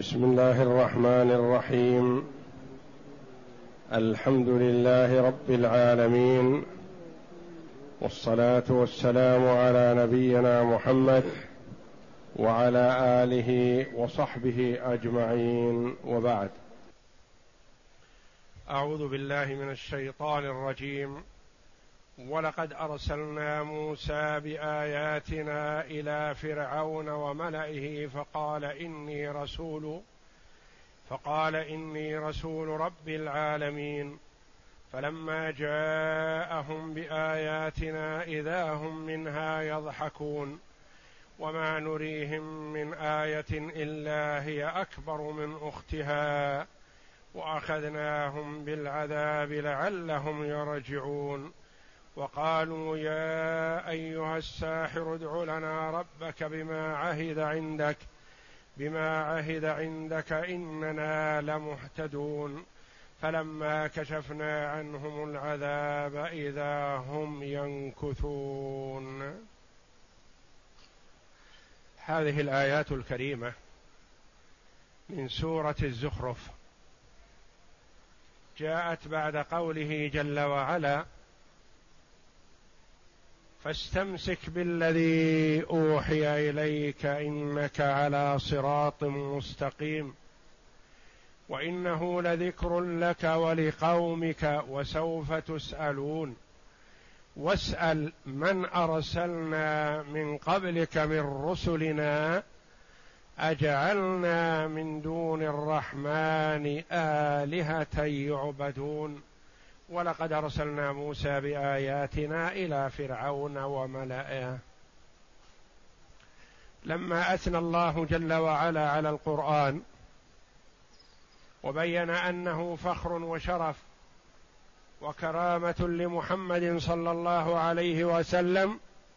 بسم الله الرحمن الرحيم. الحمد لله رب العالمين، والصلاة والسلام على نبينا محمد وعلى آله وصحبه أجمعين، وبعد. أعوذ بالله من الشيطان الرجيم. ولقد أرسلنا موسى بآياتنا إلى فرعون وملئه فقال إني رسول رب العالمين. فلما جاءهم بآياتنا إذا هم منها يضحكون وما نريهم من آية إلا هي أكبر من أختها وأخذناهم بالعذاب لعلهم يرجعون. وقالوا يا أيها الساحر ادع لنا ربك بما عهد عندك إننا لمهتدون. فلما كشفنا عنهم العذاب إذا هم ينكثون. هذه الآيات الكريمة من سورة الزخرف جاءت بعد قوله جل وعلا: فاستمسك بالذي أوحي إليك إنك على صراط مستقيم وإنه لذكر لك ولقومك وسوف تسألون. واسأل من أرسلنا من قبلك من رسلنا أجعلنا من دون الرحمن آلهة يعبدون. ولقد أرسلنا موسى بآياتنا إلى فرعون وملئه. لما أثنى الله جل وعلا على القرآن وبين أنه فخر وشرف وكرامة لمحمد صلى الله عليه وسلم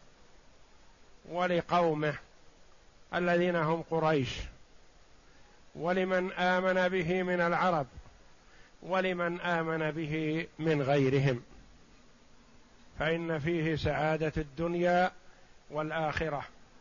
ولقومه الذين هم قريش، ولمن آمن به من العرب ولمن آمن به من غيرهم، فإن فيه سعادة الدنيا والآخرة.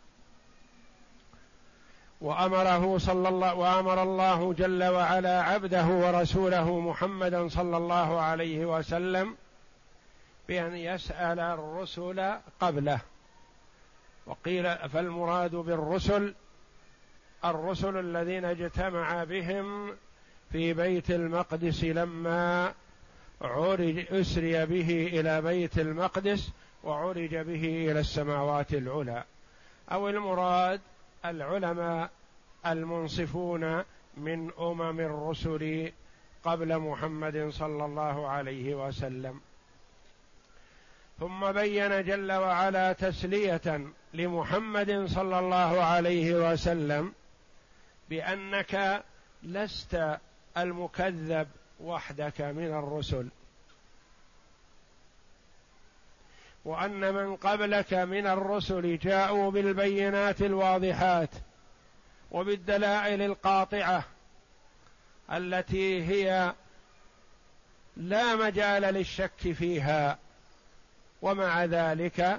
وأمر الله جل وعلا عبده ورسوله محمدا صلى الله عليه وسلم بأن يسأل الرسل قبله. وقيل فالمراد بالرسل الرسل الذين اجتمع بهم في بيت المقدس لما أسري به إلى بيت المقدس وعرج به إلى السماوات العلى، أو المراد العلماء المنصفون من الرسل قبل محمد صلى الله عليه وسلم. ثم بين جل وعلا تسلية لمحمد صلى الله عليه وسلم بأنك لست المكذب وحدك من الرسل، وأن من قبلك من الرسل جاءوا بالبينات الواضحات وبالدلائل القاطعة التي هي لا مجال للشك فيها، ومع ذلك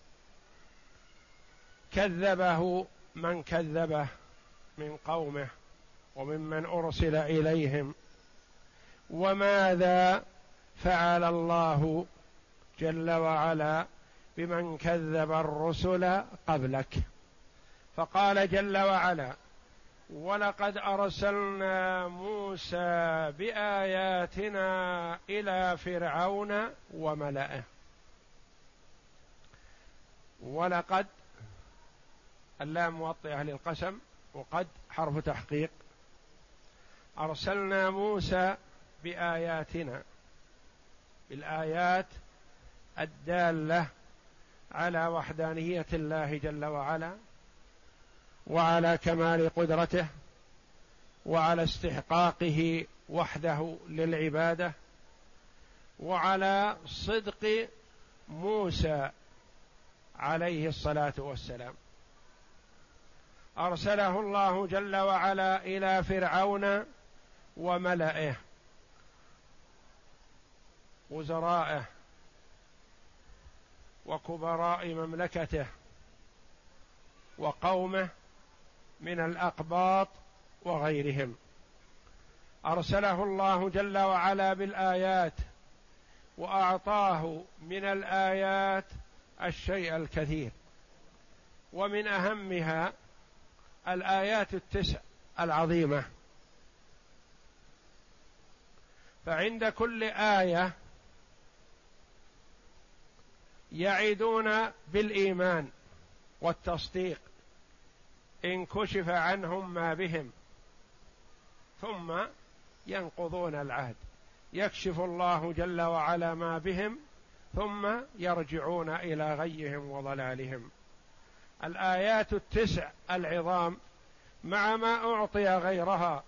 كذبه من كذبه من قومه وممن أرسل إليهم. وماذا فعل الله جل وعلا بمن كذب الرسل قبلك؟ فقال جل وعلا: ولقد أرسلنا موسى بآياتنا إلى فرعون وملئه. ولقد اللام موطئة للقسم، وقد حرف تحقيق. أرسلنا موسى بآياتنا، بالآيات الدالة على وحدانية الله جل وعلا وعلى كمال قدرته وعلى استحقاقه وحده للعبادة وعلى صدق موسى عليه الصلاة والسلام. أرسله الله جل وعلا إلى فرعون وملئه، وزرائه وكبراء مملكته وقومه من الأقباط وغيرهم. أرسله الله جل وعلا بالآيات، وأعطاه من الآيات الشيء الكثير، ومن أهمها الآيات التسع العظيمة. فعند كل آية يعدون بالإيمان والتصديق إن كشف عنهم ما بهم، ثم ينقضون العهد، يكشف الله جل وعلا ما بهم ثم يرجعون إلى غيهم وضلالهم. الآيات التسع العظام مع ما أعطي غيرها،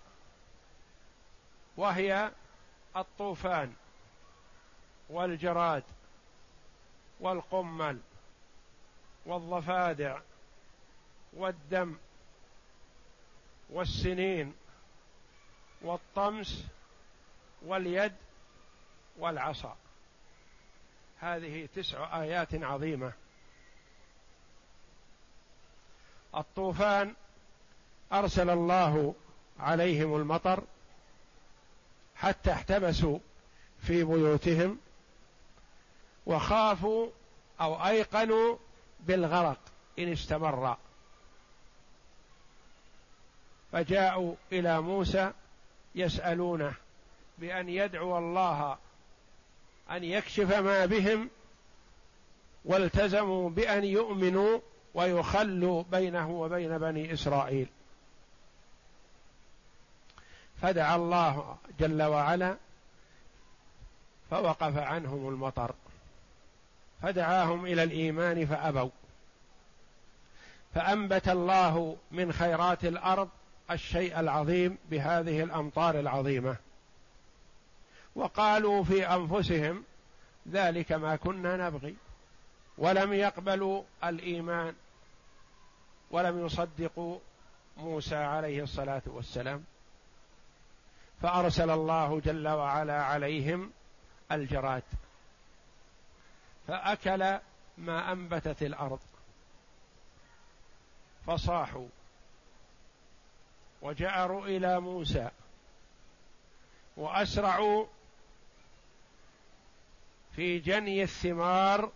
وهي الطوفان والجراد والقمل والضفادع والدم والسنين والطمس واليد والعصا. هذه 9 آيات عظيمة. الطوفان أرسل الله عليهم المطر حتى احتبسوا في بيوتهم، وخافوا أو أيقنوا بالغرق إن استمر، فجاءوا إلى موسى يسألونه بأن يدعو الله أن يكشف ما بهم، والتزموا بأن يؤمنوا ويخلوا بينه وبين بني إسرائيل. فدعا الله جل وعلا فوقف عنهم المطر، فدعاهم إلى الإيمان فأبوا، فأنبت الله من خيرات الأرض الشيء العظيم بهذه الأمطار العظيمة، وقالوا في أنفسهم ذلك ما كنا نبغي، ولم يقبلوا الإيمان ولم يصدقوا موسى عليه الصلاة والسلام. فأرسل الله جل وعلا عليهم الجراد، فأكل ما أنبتت الأرض، فصاحوا وجأروا إلى موسى وأسرعوا في جني الثمار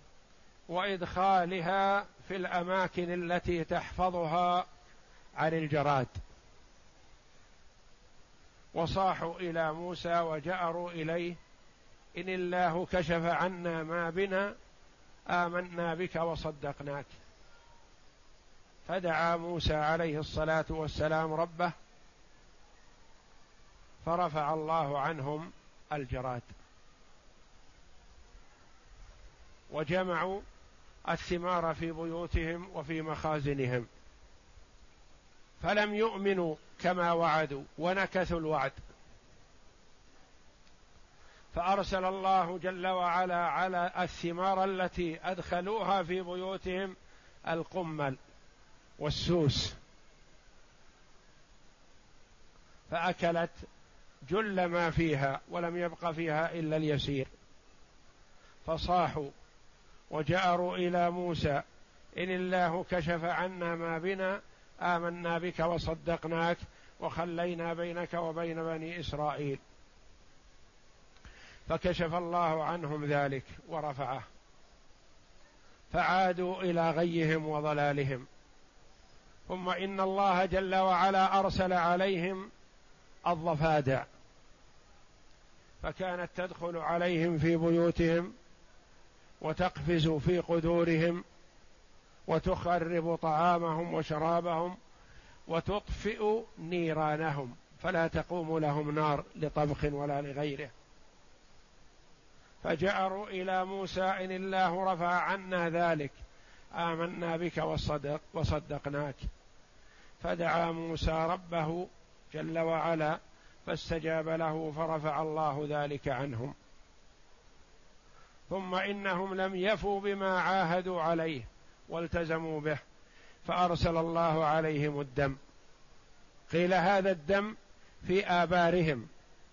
وإدخالها في الأماكن التي تحفظها عن الجراد، وصاحوا إلى موسى وجأروا إليه إن الله كشف عنا ما بنا آمنا بك وصدقناك. فدعا موسى عليه الصلاة والسلام ربه فرفع الله عنهم الجراد، وجمعوا الثمار في بيوتهم وفي مخازنهم، فلم يؤمنوا كما وعدوا ونكثوا الوعد. فأرسل الله جل وعلا على الثمار التي أدخلوها في بيوتهم القمل والسوس، فأكلت جل ما فيها ولم يبق فيها إلا اليسير. فصاحوا وجأروا إلى موسى إن الله كشف عنا ما بنا آمنا بك وصدقناك وخلينا بينك وبين بني إسرائيل. فكشف الله عنهم ذلك ورفعه، فعادوا إلى غيهم وضلالهم. ثم إن الله جل وعلا أرسل عليهم الضفادع، فكانت تدخل عليهم في بيوتهم وتقفز في قدورهم وتخرب طعامهم وشرابهم وتطفئ نيرانهم، فلا تقوم لهم نار لطبخ ولا لغيره. فجأروا إلى موسى إن الله رفع عنا ذلك آمنا بك وصدقناك. فدعا موسى ربه جل وعلا فاستجاب له فرفع الله ذلك عنهم. ثم إنهم لم يفوا بما عاهدوا عليه والتزموا به، فأرسل الله عليهم الدم. قيل هذا الدم في آبارهم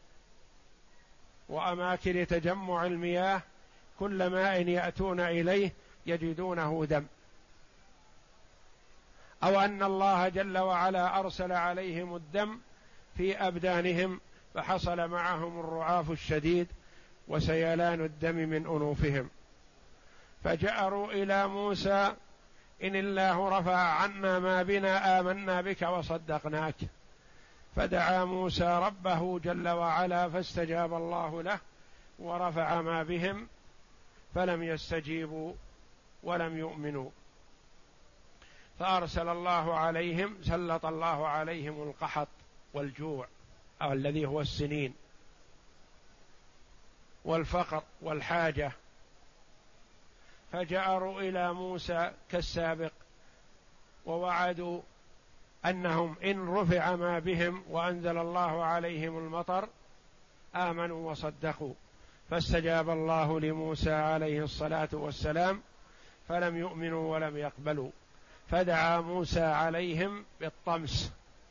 وأماكن تجمع المياه، كل ماء يأتون إليه يجدونه دم، أو أن الله جل وعلا أرسل عليهم الدم في أبدانهم فحصل معهم الرعاف الشديد وسيلان الدم من أنوفهم، فجأروا إلى موسى: إن الله رفع عنا ما بنا آمنا بك وصدقناك. فدعا موسى ربه جل وعلا فاستجاب الله له ورفع ما بهم، فلم يستجيبوا ولم يؤمنوا، فأرسل الله عليهم، سلط الله عليهم القحط والجوع أو الذي هو السنين، والفقر والحاجة، فجأروا إلى موسى كالسابق ووعدوا أنهم إن رفع ما بهم وأنزل الله عليهم المطر آمنوا وصدقوا، فاستجاب الله لموسى عليه الصلاة والسلام فلم يؤمنوا ولم يقبلوا، فدعا موسى عليهم بالطمس،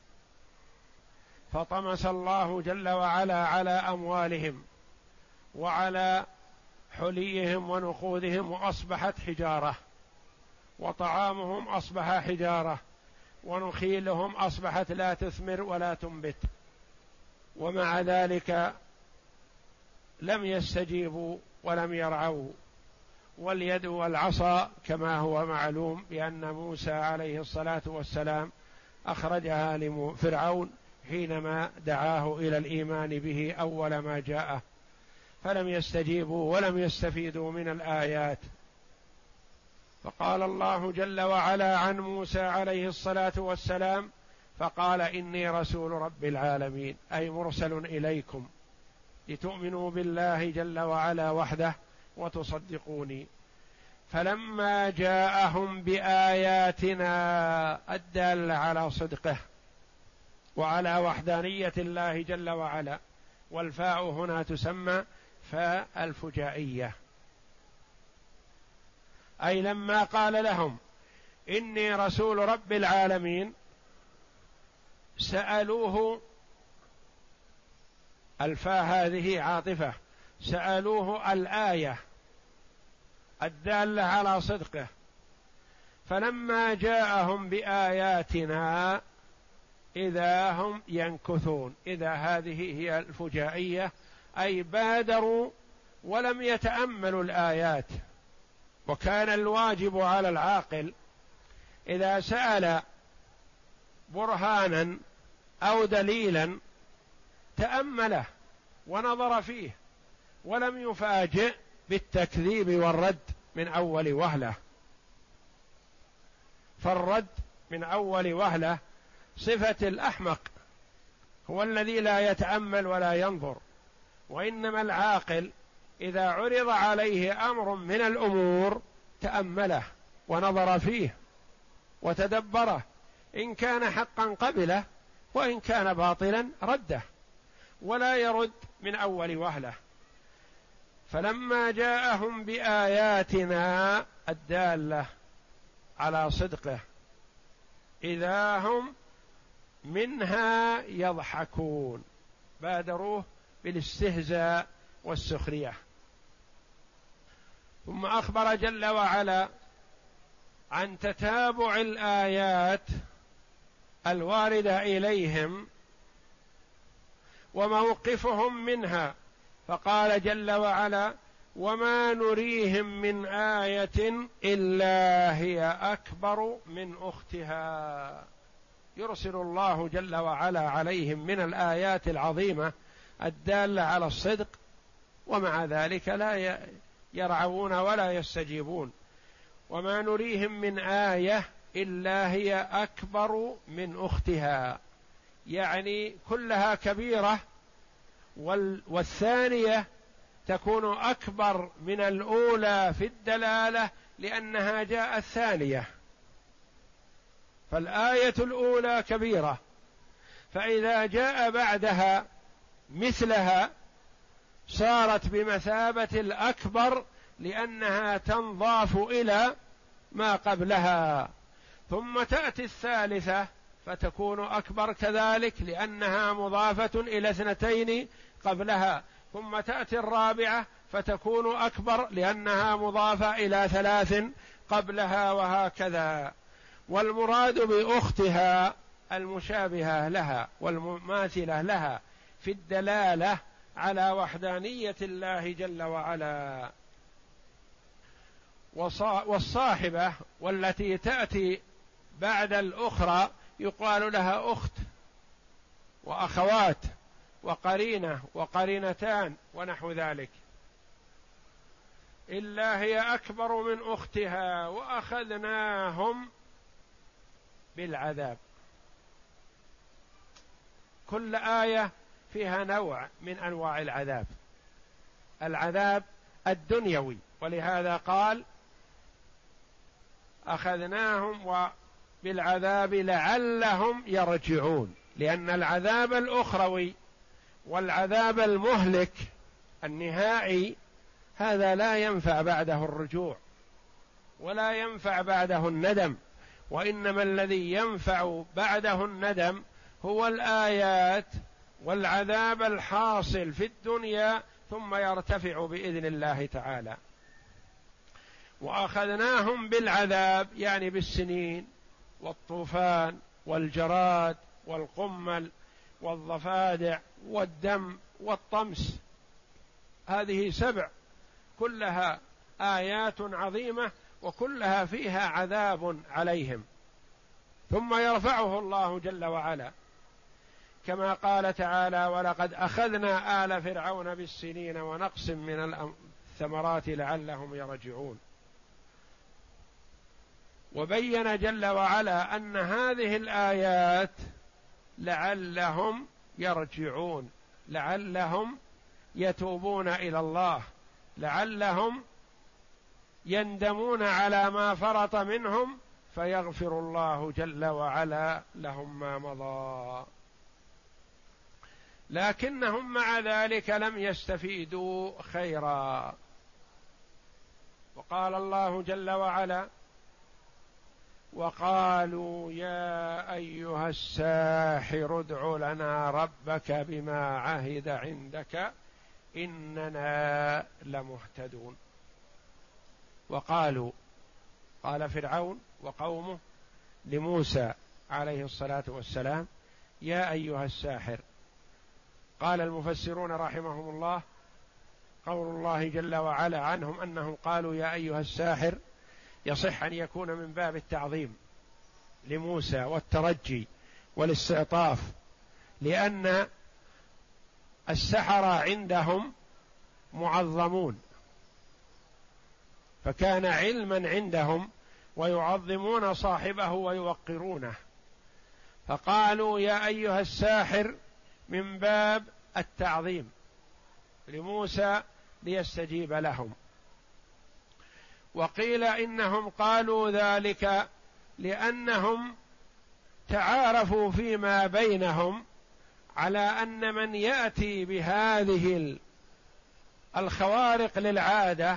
فطمس الله جل وعلا على أموالهم وعلى حليهم ونقودهم، وأصبحت حجارة، وطعامهم أصبح حجارة، ونخيلهم أصبحت لا تثمر ولا تنبت، ومع ذلك لم يستجيبوا ولم يرعوا. واليد والعصا كما هو معلوم بأن موسى عليه الصلاة والسلام أخرجها لفرعون حينما دعاه إلى الإيمان به أول ما جاءه، فلم يستجيبوا ولم يستفيدوا من الآيات. فقال الله جل وعلا عن موسى عليه الصلاة والسلام: فقال إني رسول رب العالمين، أي مرسل إليكم لتؤمنوا بالله جل وعلا وحده وتصدقوني. فلما جاءهم بآياتنا الدالة على صدقه وعلى وحدانية الله جل وعلا، والفاء هنا تسمى فاء الفجائية، أي لما قال لهم إني رسول رب العالمين سألوه، الفاء هذه عاطفة، سألوه الآية الدالة على صدقه، فلما جاءهم بآياتنا إذا هم ينكثون. إذا هذه هي الفجائية، أي بادروا ولم يتأملوا الآيات. وكان الواجب على العاقل إذا سأل برهانا أو دليلا تأمله ونظر فيه، ولم يفاجئ بالتكذيب والرد من أول وهلة. فالرد من أول وهلة صفة الأحمق، هو الذي لا يتأمل ولا ينظر. وإنما العاقل إذا عرض عليه أمر من الأمور تأمله ونظر فيه وتدبره، إن كان حقا قبله، وإن كان باطلا رده، ولا يرد من أول وهلة. فلما جاءهم بآياتنا الدالة على صدقه إذا هم منها يضحكون، بادروه بالاستهزاء والسخرية. ثم أخبر جل وعلا عن تتابع الآيات الواردة إليهم وموقفهم منها، فقال جل وعلا: وما نريهم من آية إلا هي أكبر من أختها. يرسل الله جل وعلا عليهم من الآيات العظيمة الدالة على الصدق، ومع ذلك لا يرعون ولا يستجيبون. وما نريهم من آية إلا هي أكبر من أختها، يعني كلها كبيرة، والثانية تكون أكبر من الأولى في الدلالة لأنها جاءت ثانية. فالآية الأولى كبيرة، فإذا جاء بعدها مثلها صارت بمثابة الأكبر لأنها تنضاف إلى ما قبلها. ثم تأتي الثالثة فتكون أكبر كذلك لأنها مضافة إلى اثنتين قبلها. ثم تأتي الرابعة فتكون أكبر لأنها مضافة إلى ثلاث قبلها، وهكذا. والمراد بأختها المشابهة لها والمماثلة لها في الدلالة على وحدانية الله جل وعلا. والصاحبة والتي تأتي بعد الأخرى يقال لها أخت وأخوات وقرينة وقرينتان ونحو ذلك، إلا هي أكبر من أختها وأخذناهم بالعذاب. كل آية فيها نوع من أنواع العذاب، العذاب الدنيوي، ولهذا قال أخذناهم بالعذاب لعلهم يرجعون، لأن العذاب الأخروي والعذاب المهلك النهائي هذا لا ينفع بعده الرجوع ولا ينفع بعده الندم، وإنما الذي ينفع بعده الندم هو الآيات والعذاب الحاصل في الدنيا ثم يرتفع بإذن الله تعالى. وأخذناهم بالعذاب يعني بالسنين والطوفان والجراد والقمل والضفادع والدم والطمس، هذه 7 كلها آيات عظيمة وكلها فيها عذاب عليهم، ثم يرفعه الله جل وعلا كما قال تعالى ولقد أخذنا آل فرعون بالسنين ونقص من الثمرات لعلهم يرجعون. وبين جل وعلا أن هذه الآيات لعلهم يرجعون، لعلهم يتوبون إلى الله، لعلهم يندمون على ما فرط منهم فيغفر الله جل وعلا لهم ما مضى. لكنهم مع ذلك لم يستفيدوا خيرا. وقال الله جل وعلا وقالوا يا أيها الساحر ادع لنا ربك بما عهد عندك إننا لمهتدون. وقالوا، قال فرعون وقومه لموسى عليه الصلاة والسلام يا أيها الساحر. قال المفسرون رحمهم الله قول الله جل وعلا عنهم أنهم قالوا يا أيها الساحر يصح أن يكون من باب التعظيم لموسى والترجي والاستعطاف، لأن السحرة عندهم معظمون، فكان علما عندهم ويعظمون صاحبه ويوقرونه، فقالوا يا أيها الساحر من باب التعظيم لموسى ليستجيب لهم. وقيل إنهم قالوا ذلك لأنهم تعارفوا فيما بينهم على أن من يأتي بهذه الخوارق للعادة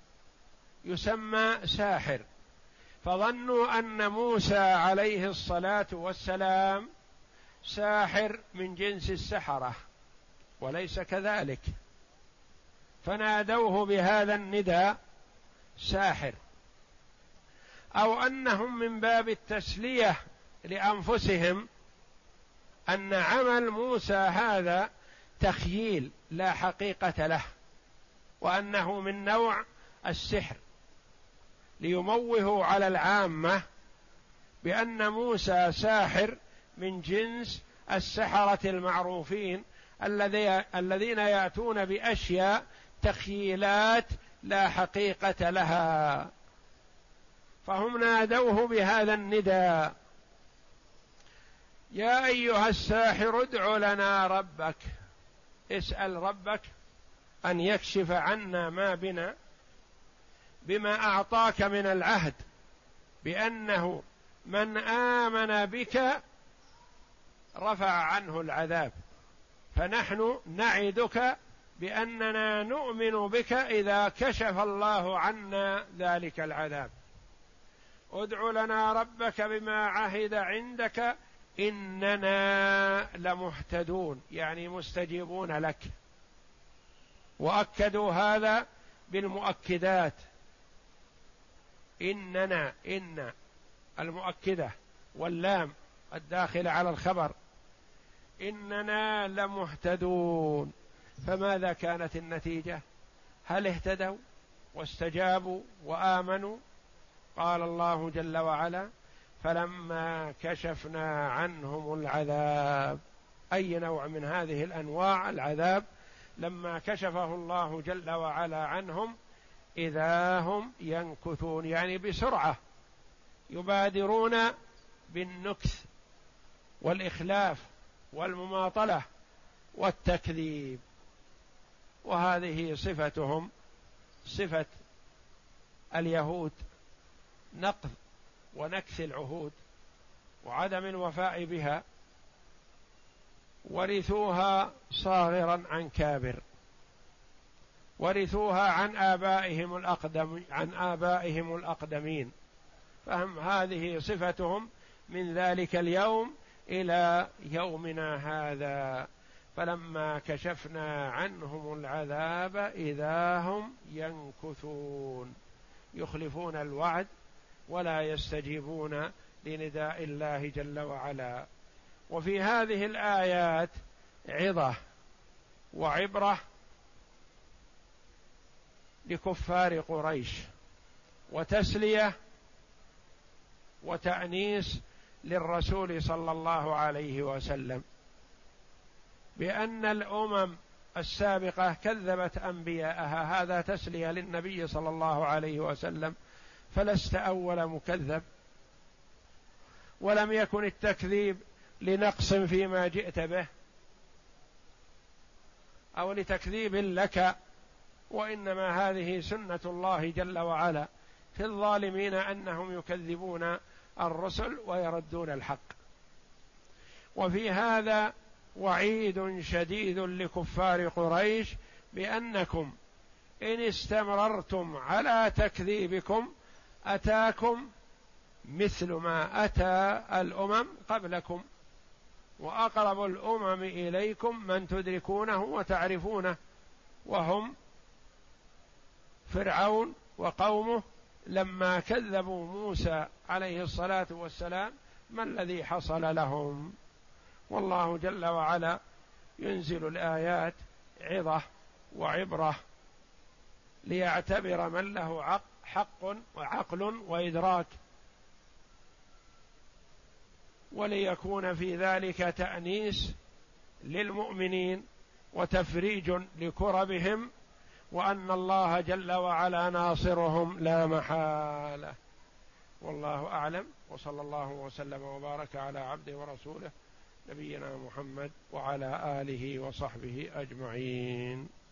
يسمى ساحر، فظنوا أن موسى عليه الصلاة والسلام ساحر من جنس السحرة، وليس كذلك، فنادوه بهذا النداء ساحر، أو أنهم من باب التسلية لأنفسهم أن عمل موسى هذا تخييل لا حقيقة له، وأنه من نوع السحر، ليموهوا على العامة بأن موسى ساحر من جنس السحرة المعروفين الذين يأتون بأشياء تخييلات لا حقيقة لها، فهم نادوه بهذا النداء يا أيها الساحر ادع لنا ربك، اسأل ربك أن يكشف عنا ما بنا بما أعطاك من العهد بأنه من آمن بك رفع عنه العذاب، فنحن نعدك بأننا نؤمن بك إذا كشف الله عنا ذلك العذاب. ادع لنا ربك بما عهد عندك إننا لمهتدون، يعني مستجيبون لك. وأكدوا هذا بالمؤكدات، إننا إن المؤكدة واللام الداخلة على الخبر، إننا لمهتدون. فماذا كانت النتيجة؟ هل اهتدوا واستجابوا وآمنوا؟ قال الله جل وعلا: فلما كشفنا عنهم العذاب. أي نوع من هذه الأنواع العذاب لما كشفه الله جل وعلا عنهم إذا هم ينكثون، يعني بسرعة يبادرون بالنكث والإخلاف والمماطلة والتكذيب. وهذه صفتهم، صفة اليهود، نقض ونكث العهود وعدم الوفاء بها، ورثوها صاغرا عن كابر، ورثوها عن آبائهم الأقدمين، فهم هذه صفتهم من ذلك اليوم إلى يومنا هذا. فلما كشفنا عنهم العذاب إذا هم ينكثون، يخلفون الوعد ولا يستجيبون لنداء الله جل وعلا. وفي هذه الآيات عظة وعبرة لكفار قريش، وتسلية وتأنيس للرسول صلى الله عليه وسلم، بأن الأمم السابقة كذبت أنبياءها. هذا تسلية للنبي صلى الله عليه وسلم، فلست أول مكذب، ولم يكن التكذيب لنقص فيما جئت به أو لتكذيب لك، وإنما هذه سنة الله جل وعلا في الظالمين أنهم يكذبون الرسل ويردون الحق. وفي هذا وعيد شديد لكفار قريش بأنكم إن استمررتم على تكذيبكم أتاكم مثل ما أتى الأمم قبلكم، وأقرب الأمم إليكم من تدركونه وتعرفونه، وهم فرعون وقومه. لما كذبوا موسى عليه الصلاة والسلام ما الذي حصل لهم؟ والله جل وعلا ينزل الآيات عظة وعبرة ليعتبر من له حق وعقل وإدراك، وليكون في ذلك تأنيس للمؤمنين وتفريج لكربهم، وأن الله جل وعلا ناصرهم لا محالة. والله أعلم، وصلى الله وسلم وبارك على عبده ورسوله نبينا محمد وعلى آله وصحبه أجمعين.